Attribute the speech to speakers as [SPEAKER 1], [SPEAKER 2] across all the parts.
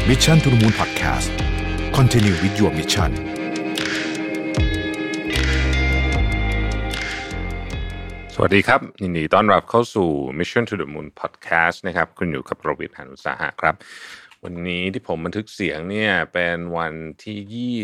[SPEAKER 1] Mission to the Moon Podcast Continue with your mission
[SPEAKER 2] สวัสดีครับยินดีต้อนรับเข้าสู่ Mission to the Moon Podcast นะครับคุณอยู่กับประวิตร หาญอุตสาหะครับวันนี้ที่ผมบันทึกเสียงเนี่ยเป็นวันที่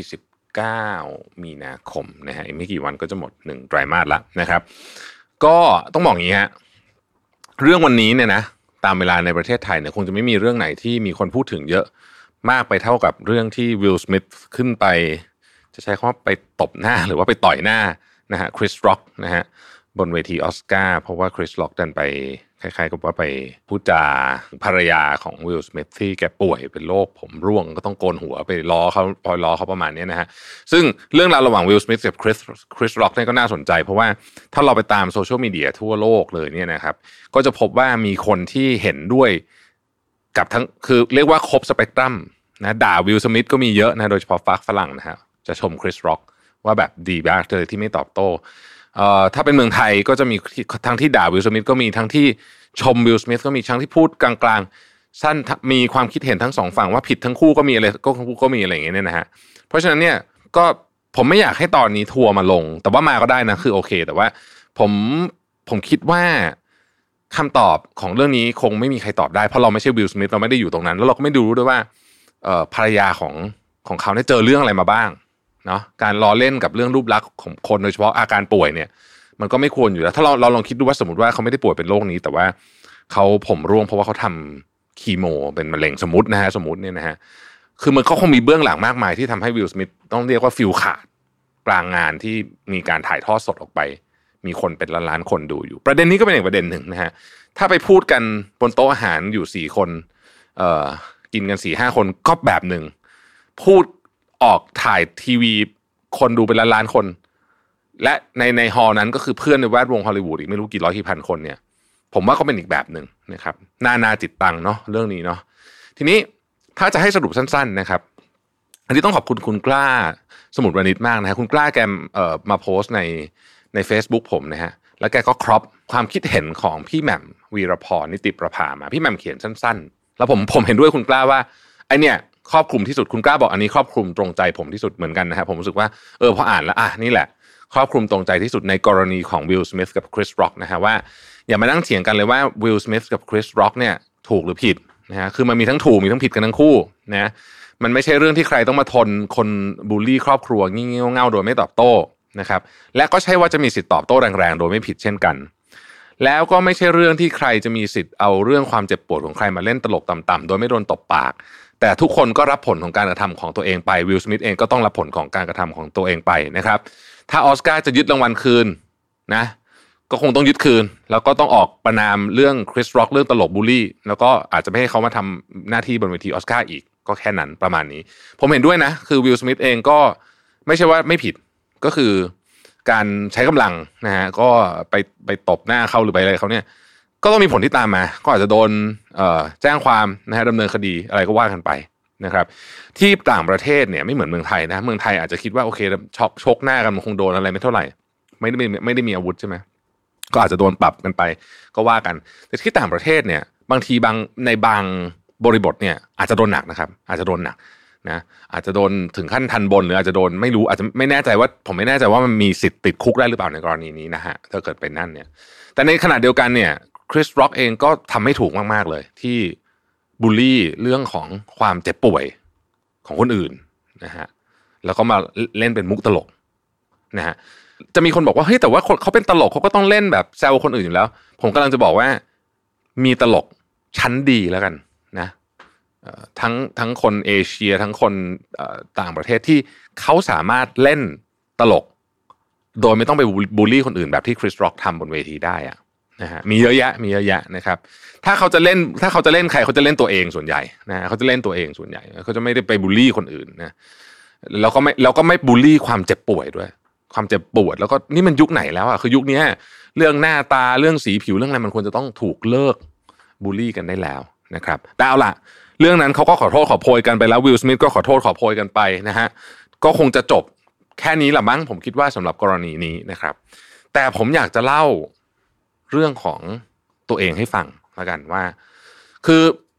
[SPEAKER 2] 29มีนาคมนะฮะอีกไม่กี่วันก็จะหมด1ไตรมาสแล้วนะครับก็ต้องบอกอย่างนี้ฮะเรื่องวันนี้เนี่ยนะตามเวลาในประเทศไทยเนี่ยคงจะไม่มีเรื่องไหนที่มีคนพูดถึงเยอะมากไปเท่ากับเรื่องที่วิล สมิธขึ้นไปจะใช้คำว่าไปตบหน้าหรือว่าไปต่อยหน้านะฮะคริส ร็อกนะฮะบนเวทีออสการ์เพราะว่าคริส ร็อกดันไปคล้ายๆกับว่าไปพูดจาภรรยาของวิล สมิธที่แกป่วยเป็นโรคผมร่วงก็ต้องโกนหัวไปล้อเขาพอยล้อเขาประมาณนี้นะฮะซึ่งเรื่องราวระหว่างวิล สมิธกับคริส ร็อกเนี่ยก็น่าสนใจเพราะว่าถ้าเราไปตามโซเชียลมีเดียทั่วโลกเลยเนี่ยนะครับก็จะพบว่ามีคนที่เห็นด้วยกับทั้งคือเรียกว่าครบสเปกตรัมนะด่าวิล สมิธก็มีเยอะนะโดยเฉพาะฝรั่งนะฮะจะชมคริส ร็อกว่าแบบดีมากเลยที่ไม่ตอบโต้ถ้าเป็นเมืองไทยก็จะมีทั้งที่ด่าวิล สมิธก็มีทั้งที่ชมวิล สมิธก็มีทั้งที่พูดกลางๆสั้นมีความคิดเห็นทั้งสองฝั่งว่าผิดทั้งคู่ก็มีอะไรก็มีอะไรอย่างเงี้ยนะฮะเพราะฉะนั้นเนี่ยก็ผมไม่อยากให้ตอนนี้ทัวร์มาลงแต่ว่ามาก็ได้นะคือโอเคแต่ว่าผมคิดว่าคำตอบของเรื่องนี้คงไม่มีใครตอบได้เพราะเราไม่ใช่วิล สมิธเราไม่ได้อยู่ตรงนั้นแล้วเราก็ไม่รู้ด้วยว่าภรรยาของเขาเนี่ยเจอเรื่องอะไรมาบ้างเนาะการล้อเล่นกับเรื่องรูปลักษณ์ของคนโดยเฉพาะอาการป่วยเนี่ยมันก็ไม่ควรอยู่แล้วถ้าเราลองคิดดูว่าสมมติว่าเขาไม่ได้ป่วยเป็นโรคนี้แต่ว่าเขาผมร่วงเพราะว่าเขาทำคีโมเป็นมะเร็งสมมตินะฮะสมมติเนี่ยนะฮะคือมันก็คงมีเบื้องหลังมากมายที่ทำให้วิล สมิธต้องเรียกว่าฟิลขาดกลางงานที่มีการถ่ายทอดสดออกไปมีคนเป็นล้านๆคนดูอยู่ประเด็นนี้ก็เป็นอีกประเด็นหนึ่งนะฮะถ้าไปพูดกันบนโต๊ะอาหารอยู่4คนกินกัน 4-5 คนก็แบบหนึ่งพูดออกถ่ายทีวีคนดูเป็นล้านๆคนและในฮอลนั้นก็คือเพื่อนในแวดวงฮอลลีวูดอีกไม่รู้กี่ร้อยกี่พันคนเนี่ยผมว่าก็เป็นอีกแบบหนึ่งนะครับนาจิตตังเนาะเรื่องนี้เนาะทีนี้ถ้าจะให้สรุปสั้นๆนะครับอันนี้ต้องขอบคุณคุณกล้าสมุทรวณิชมากนะฮะคุณกล้าแกมาโพสต์ใน Facebook ผมนะฮะแล้วแกก็ครอปความคิดเห็นของพี่แหม่มวีรพรนิติประภามาพี่แหม่มเขียนสั้นๆแล้วผมเห็นด้วยคุณกล้าว่าไอเนี่ยครอบคลุมที่สุดคุณกล้าบอกอันนี้ครอบคลุมตรงใจผมที่สุดเหมือนกันนะครับผมรู้สึกว่าพออ่านแล้วนี่แหละครอบคลุมตรงใจที่สุดในกรณีของวิล สมิธกับคริส ร็อกนะฮะว่าอย่ามานั่งเถียงกันเลยว่าวิล สมิธกับคริส ร็อกเนี่ยถูกหรือผิดนะฮะคือมันมีทั้งถูกมีทั้งผิดกันทั้งคู่นะมันไม่ใช่เรื่องที่ใครต้องมาทนคนบูลลี่ครอบครัวงี่เง่าโดยไม่ตอบโต้นะครับและก็ใช่ว่าจะมีสิทธิ์ตอบโต้แรงๆโดยไม่ผิดเช่นกันแล้วก็ไม่ใช่เรื่องที่ใครจะมีสิทธิ์เอาเรื่องความเจ็บปวดของใครมาเล่นตลกต่ำๆโดยไม่โดนตบปากแต่ทุกคนก็รับผลของการกระทำของตัวเองไปวิล สมิธเองก็ต้องรับผลของการกระทำของตัวเองไปนะครับถ้าออสการ์จะยึดรางวัลคืนนะก็คงต้องยึดคืนแล้วก็ต้องออกประนามเรื่องคริส ร็อกเรื่องตลกบูลลี่แล้วก็อาจจะไม่ให้เขามาทำหน้าที่บนเวทีออสการ์อีกก็แค่นั้นประมาณนี้ผมเห็นด้วยนะคือวิล สมิธเองก็ไม่ใช่ว่าไม่ผิดก็คือการใช้กำลังนะฮะก็ไปตบหน้าเขาหรือไปอะไรเขาเนี่ยก็ต้องมีผลที่ตามมาก็อาจจะโดนแจ้งความนะฮะดำเนินคดีอะไรก็ว่ากันไปนะครับที่ต่างประเทศเนี่ยไม่เหมือนเมืองไทยนะเมืองไทยอาจจะคิดว่าโอเคชกหน้ากันมันคงโดนอะไรไม่เท่าไหร่ไม่ได้มีอาวุธใช่ไหมก็อาจจะโดนปรับกันไปก็ว่ากันแต่ที่ต่างประเทศเนี่ยบางทีในบางบริบทเนี่ยอาจจะโดนหนักนะครับอาจจะโดนหนักนะอาจจะโดนถึงขั้นทันบนหรืออาจจะโดนไม่รู้อาจจะไม่แน่ใจว่าผมไม่แน่ใจว่ามันมีสิทธิ์ติดคุกได้หรือเปล่าในกรณีนี้นะฮะถ้าเกิดเป็นนั่นเนี่ยแต่ในขณะเดียวกันเนี่ยคริส ร็อกเองก็ทำไม่ถูกมากๆเลยที่บูลลี่เรื่องของความเจ็บป่วยของคนอื่นนะฮะแล้วก็มาเล่นเป็นมุกตลกนะฮะจะมีคนบอกว่าเฮ้ยแต่ว่าเขาเป็นตลกเขาก็ต้องเล่นแบบแซวคนอื่นอยู่แล้วผมกำลังจะบอกว่ามีตลกชั้นดีแล้วกันนะทั้งคนเอเชียทั้งคนต่างประเทศที่เขาสามารถเล่นตลกโดยไม่ต้องไปบูลลี่คนอื่นแบบที่คริส ร็อกทำบนเวทีได้อะนะฮะมีเยอะแยะนะครับถ้าเขาจะเล่นใครเขาจะเล่นตัวเองส่วนใหญ่นะเขาจะเล่นตัวเองส่วนใหญ่เขาจะไม่ได้ไปบูลลี่คนอื่นนะแล้วก็ไม่บูลลี่ความเจ็บป่วยด้วยความเจ็บปวดแล้วก็นี่มันยุคไหนแล้วอ่ะคือยุคนี้เรื่องหน้าตาเรื่องสีผิวเรื่องอะไรมันควรจะต้องถูกเลิกบูลลี่กันได้แล้วนะครับแต่เอาล่ะเรื่องนั้นเขาก็ขอโทษขอโพยกันไปแล้ววิล สมิธก็ขอโทษขอโพยกันไปนะฮะก็คงจะจบแค่นี้แหละมั้งผมคิดว่าสำหรับกรณีนี้นะครับแต่ผมอยากจะเล่าเรื่องของตัวเองให้ฟังแล้วกันว่าคือ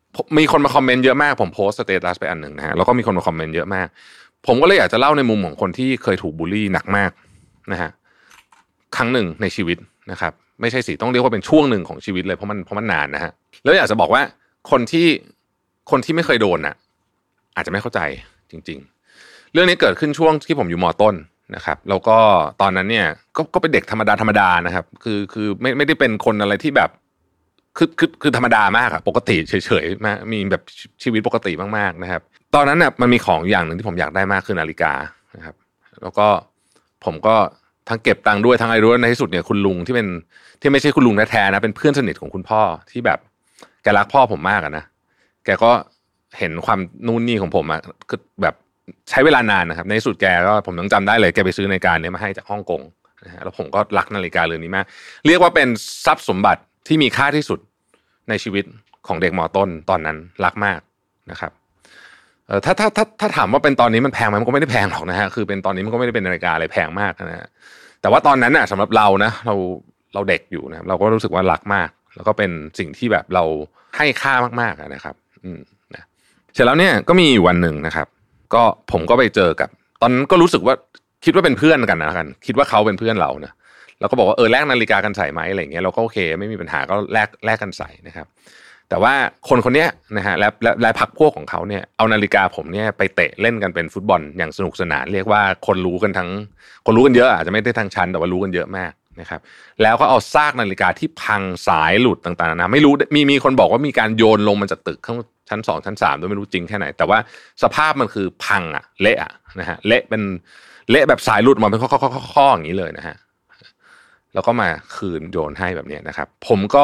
[SPEAKER 2] มีคนมาคอมเมนต์เยอะมากผมโพสต์สเตตัสไปอันหนึ่งนะฮะแล้วก็มีคนมาคอมเมนต์เยอะมากผมก็เลยอยากจะเล่าในมุมของคนที่เคยถูกบูลลี่หนักมากนะฮะครั้งหนึ่งในชีวิตนะครับไม่ใช่สิต้องเรียกว่าเป็นช่วงหนึ่งของชีวิตเลยเพราะมันนานนะฮะแล้วอยากจะบอกว่าคนที่ไม่เคยโดนน่ะอาจจะไม่เข้าใจจริงๆเรื่องนี้เกิดขึ้นช่วงที่ผมอยู่ม.ต้นนะครับแล้วก็ตอนนั้นเนี่ยก็เป็นเด็กธรรมดานะครับคือไม่ได้เป็นคนอะไรที่แบบคือธรรมดามากครับปกติเฉยๆมามีแบบชีวิตปกติมากๆนะครับตอนนั้นน่ะมันมีของอย่างหนึ่งที่ผมอยากได้มากคือนาฬิกานะครับแล้วก็ผมก็ทั้งเก็บตังค์ด้วยทั้งอะไรด้วยในที่สุดเนี่ยคุณลุงที่ไม่ใช่คุณลุงแท้ๆนะเป็นเพื่อนสนิทของคุณพ่อที่แบบแกรักพ่อผมมากนะแกก็เห็นความนู่นนี่ของผมอะคือแบบใช้เวลานานนะครับในที่สุดแกก็ผมยังจำได้เลยแกไปซื้อนาฬิกาเนี่ยมาให้จากฮ่องกงนะฮะแล้วผมก็รักนาฬิกาเรือนนี้มากเรียกว่าเป็นทรัพย์สมบัติที่มีค่าที่สุดในชีวิตของเด็กม.ต้นตอนนั้นรักมากนะครับถ้าถามว่าเป็นตอนนี้มันแพงไหมมันก็ไม่ได้แพงหรอกนะฮะคือเป็นตอนนี้มันก็ไม่ได้เป็นนาฬิกาอะไรแพงมากนะฮะแต่ว่าตอนนั้นน่ะสำหรับเรานะเราเด็กอยู่นะเราก็รู้สึกว่ารักมากแล้วก็เป็นสิ่งที่แบบเราให้ค่ามากๆนะครับนะเสร็จแล้วเนี่ยก็มีวันหนึ่งนะครับก็ผมก็ไปเจอกับตอนนั้นก็รู้สึกว่าคิดว่าเป็นเพื่อนกันนะกันคิดว่าเขาเป็นเพื่อนเรานะแล้วก็บอกว่าแลกนาฬิกากันใส่ไหมอะไรอย่างเงี้ยเราก็โอเคไม่มีปัญหาก็แลกกันใส่นะครับแต่ว่าคนนี้นะฮะและพรรคพวกของเขาเนี่ยเอานาฬิกาผมเนี่ยไปเตะเล่นกันเป็นฟุตบอลอย่างสนุกสนานเรียกว่าคนรู้กันเยอะอาจจะไม่ได้ทั้งชั้นแต่ว่ารู้กันเยอะมากนะครับแล้วก็เอาซากนาฬิกาที่พังสายหลุดต่างๆนะไม่รู้มีคนบอกว่ามีการโยนลงมาจากตึกข้างชั้น2ชั้น3ด้วยไม่รู้จริงแค่ไหนแต่ว่าสภาพมันคือพังอะเละอะนะฮะเละแบบสายหลุดมาเป็นข้ออย่างนี้เลยนะฮะแล้วก็มาคืนโยนให้แบบนี้นะครับผมก็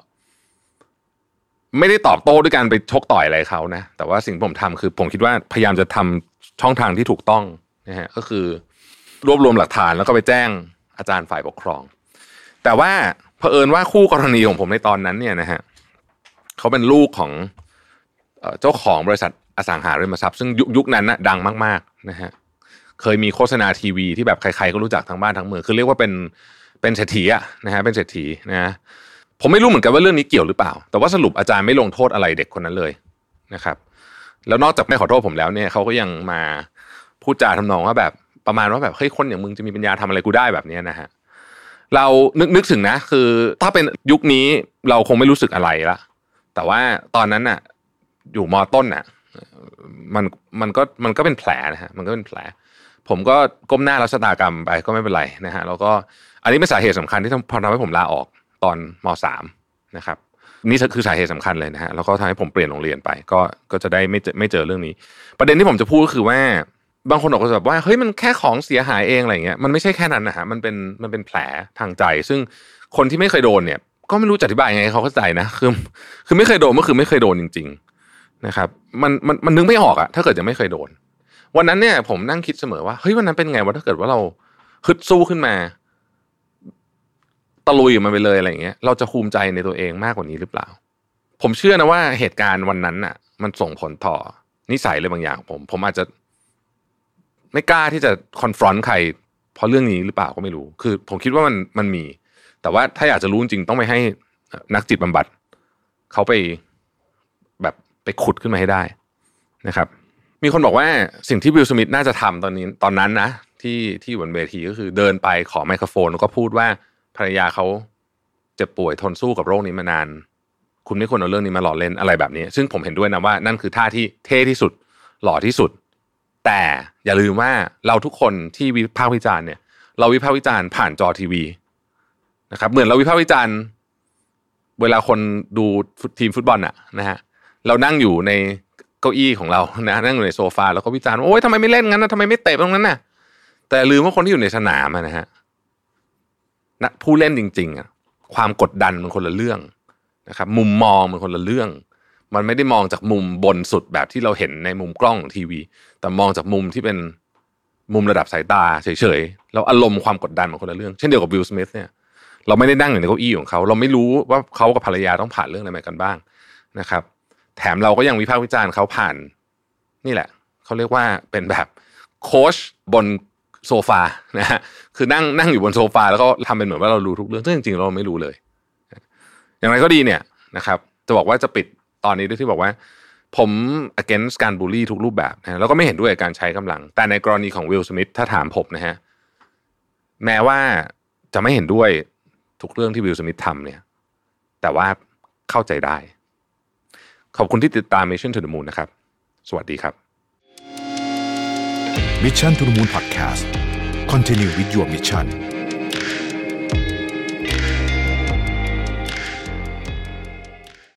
[SPEAKER 2] ไม่ได้ตอบโต้ด้วยการไปชกต่อยอะไรเขานะแต่ว่าสิ่งที่ผมทำคือผมคิดว่าพยายามจะทำช่องทางที่ถูกต้องนะฮะก็คือรวบรวมหลักฐานแล้วก็ไปแจ้งอาจารย์ฝ่ายปกครองแต่ว่าเผอิญว่าคู่กรณีของผมในตอนนั้นเนี่ยนะฮะเขาเป็นลูกของเจ้าของบริษัทอสังหาริมทรัพย์ซึ่งยุคนั้นนะดังมากๆนะฮะเคยมีโฆษณาทีวีที่แบบใครๆก็รู้จักทั้งบ้านทั้งเมืองคือเรียกว่าเป็นเศรษฐีอะนะฮะเป็นเศรษฐีนะผมไม่รู้เหมือนกันว่าเรื่องนี้เกี่ยวหรือเปล่าแต่ว่าสรุปอาจารย์ไม่ลงโทษอะไรเด็กคนนั้นเลยนะครับแล้วนอกจากไม่ขอโทษผมแล้วเนี่ยเขาก็ยังมาพูดจาทำนองว่าแบบประมาณว่าแบบเฮ้ยคนอย่างมึงจะมีปัญญาทำอะไรกูได้แบบนี้นะฮะเรานึกถึงนะคือถ้าเป็นยุคนี้เราคงไม่รู้สึกอะไรละแต่ว่าตอนนั้นน่ะอยู่ม.ต้นน่ะมันก็เป็นแผลนะฮะมันก็เป็นแผลผมก็ก้มหน้ารับชะตากรรมไปก็ไม่เป็นไรนะฮะแล้วก็อันนี้เป็นสาเหตุสำคัญที่ทำให้ผมลาออกตอนม.3 นะครับนี่คือสาเหตุสำคัญเลยนะฮะแล้วก็ทำให้ผมเปลี่ยนโรงเรียนไปก็จะได้ไม่เจอเรื่องนี้ประเด็นที่ผมจะพูดก็คือว่าบางคนบอกแบบว่าเฮ้ยมันแค่ของเสียหายเองอะไรเงี้ยมันไม่ใช่แค่นั้นนะฮะมันเป็นแผลทางใจซึ่งคนที่ไม่เคยโดนเนี่ยก็ไม่รู้จะอธิบายยังไงเขาเข้าใจนะคือไม่เคยโดนก็คือไม่เคยโดนจริงๆนะครับมันนึกไม่ออกอะถ้าเกิดยังไม่เคยโดนวันนั้นเนี่ยผมนั่งคิดเสมอว่าเฮ้ยวันนั้นเป็นไงวะถ้าเกิดว่าเราฮึดสู้ขึ้นมาตะลุยมันไปเลยอะไรอย่างเงี้ยเราจะภูมิใจในตัวเองมากกว่านี้หรือเปล่าผมเชื่อนะว่าเหตุการณ์วันนั้นน่ะมันส่งผลต่อนิสัยเลยบางอย่างผมอาจจะไม่กล้าที่จะคอนฟรอนต์ใครเพราะเรื่องนี้หรือเปล่าก็ไม่รู้คือผมคิดว่ามันมีแต่ว่าถ้าอยากจะรู้จริงต้องไปให้นักจิตบำบัดเขาแบบไปขุดขึ้นมาให้ได้นะครับมีคนบอกว่าสิ่งที่วิล สมิธน่าจะทำตอนนั้นนะที่บนเวทีก็คือเดินไปขอไมโครโฟนแล้วก็พูดว่าภรรยาเขาเจ็บป่วยทนสู้กับโรคนี้มานานคุณไม่ควรเอาเรื่องนี้มาหล่อเล่นอะไรแบบนี้ซึ่งผมเห็นด้วยนะว่านั่นคือท่าที่เท่ที่สุดหล่อที่สุดแต่อย่าลืมว่าเราทุกคนที่วิพากษ์วิจารณ์เนี่ยเราวิพากษ์วิจารณ์ผ่านจอทีวีนะครับเหมือนเราวิพากษ์วิจารณ์เวลาคนดูทีมฟุตบอลนะฮะเรานั่งอยู่ในเก้าอี้ของเรานะนั่งอยู่ในโซฟาแล้วก็วิจารณ์โอ๊ยทำไมไม่เล่นงั้นนะทำไมไม่เตะตรงนั้นน่ะแต่ลืมว่าคนที่อยู่ในสนามนะฮะนักผู้เล่นจริงๆความกดดันมันคนละเรื่องนะครับมุมมองมันคนละเรื่องมันไม่ได้มองจากมุมบนสุดแบบที่เราเห็นในมุมกล้องของทีวีแต่มองจากมุมที่เป็นมุมระดับสายตาเฉยๆแล้วอารมณ์ความกดดันมันคนละเรื่องเช่นเดียวกับวิล สมิธเนี่ยเราไม่ได้นั่งอยู่ในเก้าอี้ของเขาเราไม่รู้ว่าเขากับภรรยาต้องผ่านเรื่องอะไรมากันบ้างนะครับแถมเราก็ยังวิพากษ์วิจารณ์เขาผ่านนี่แหละเขาเรียกว่าเป็นแบบโค้ชบนโซฟานะฮะคือนั่งอยู่บนโซฟาแล้วก็ทำเป็นเหมือนว่าเรารู้ทุกเรื่องซึ่งจริงๆเราไม่รู้เลยอย่างไรก็ดีเนี่ยนะครับจะบอกว่าจะปิดตอนนี้ด้วยที่บอกว่าผม against การบูลลี่ทุกรูปแบบนะแล้วก็ไม่เห็นด้วยกับการใช้กำลังแต่ในกรณีของวิล สมิธถ้าถามผมนะฮะแม้ว่าจะไม่เห็นด้วยทุกเรื่องที่วิล สมิธทำเนี่ยแต่ว่าเข้าใจได้ขอบคุณที่ติดตาม Mission to the Moon นะครับสวัสดีครับ
[SPEAKER 1] Mission to the Moon Podcast Continue with your mission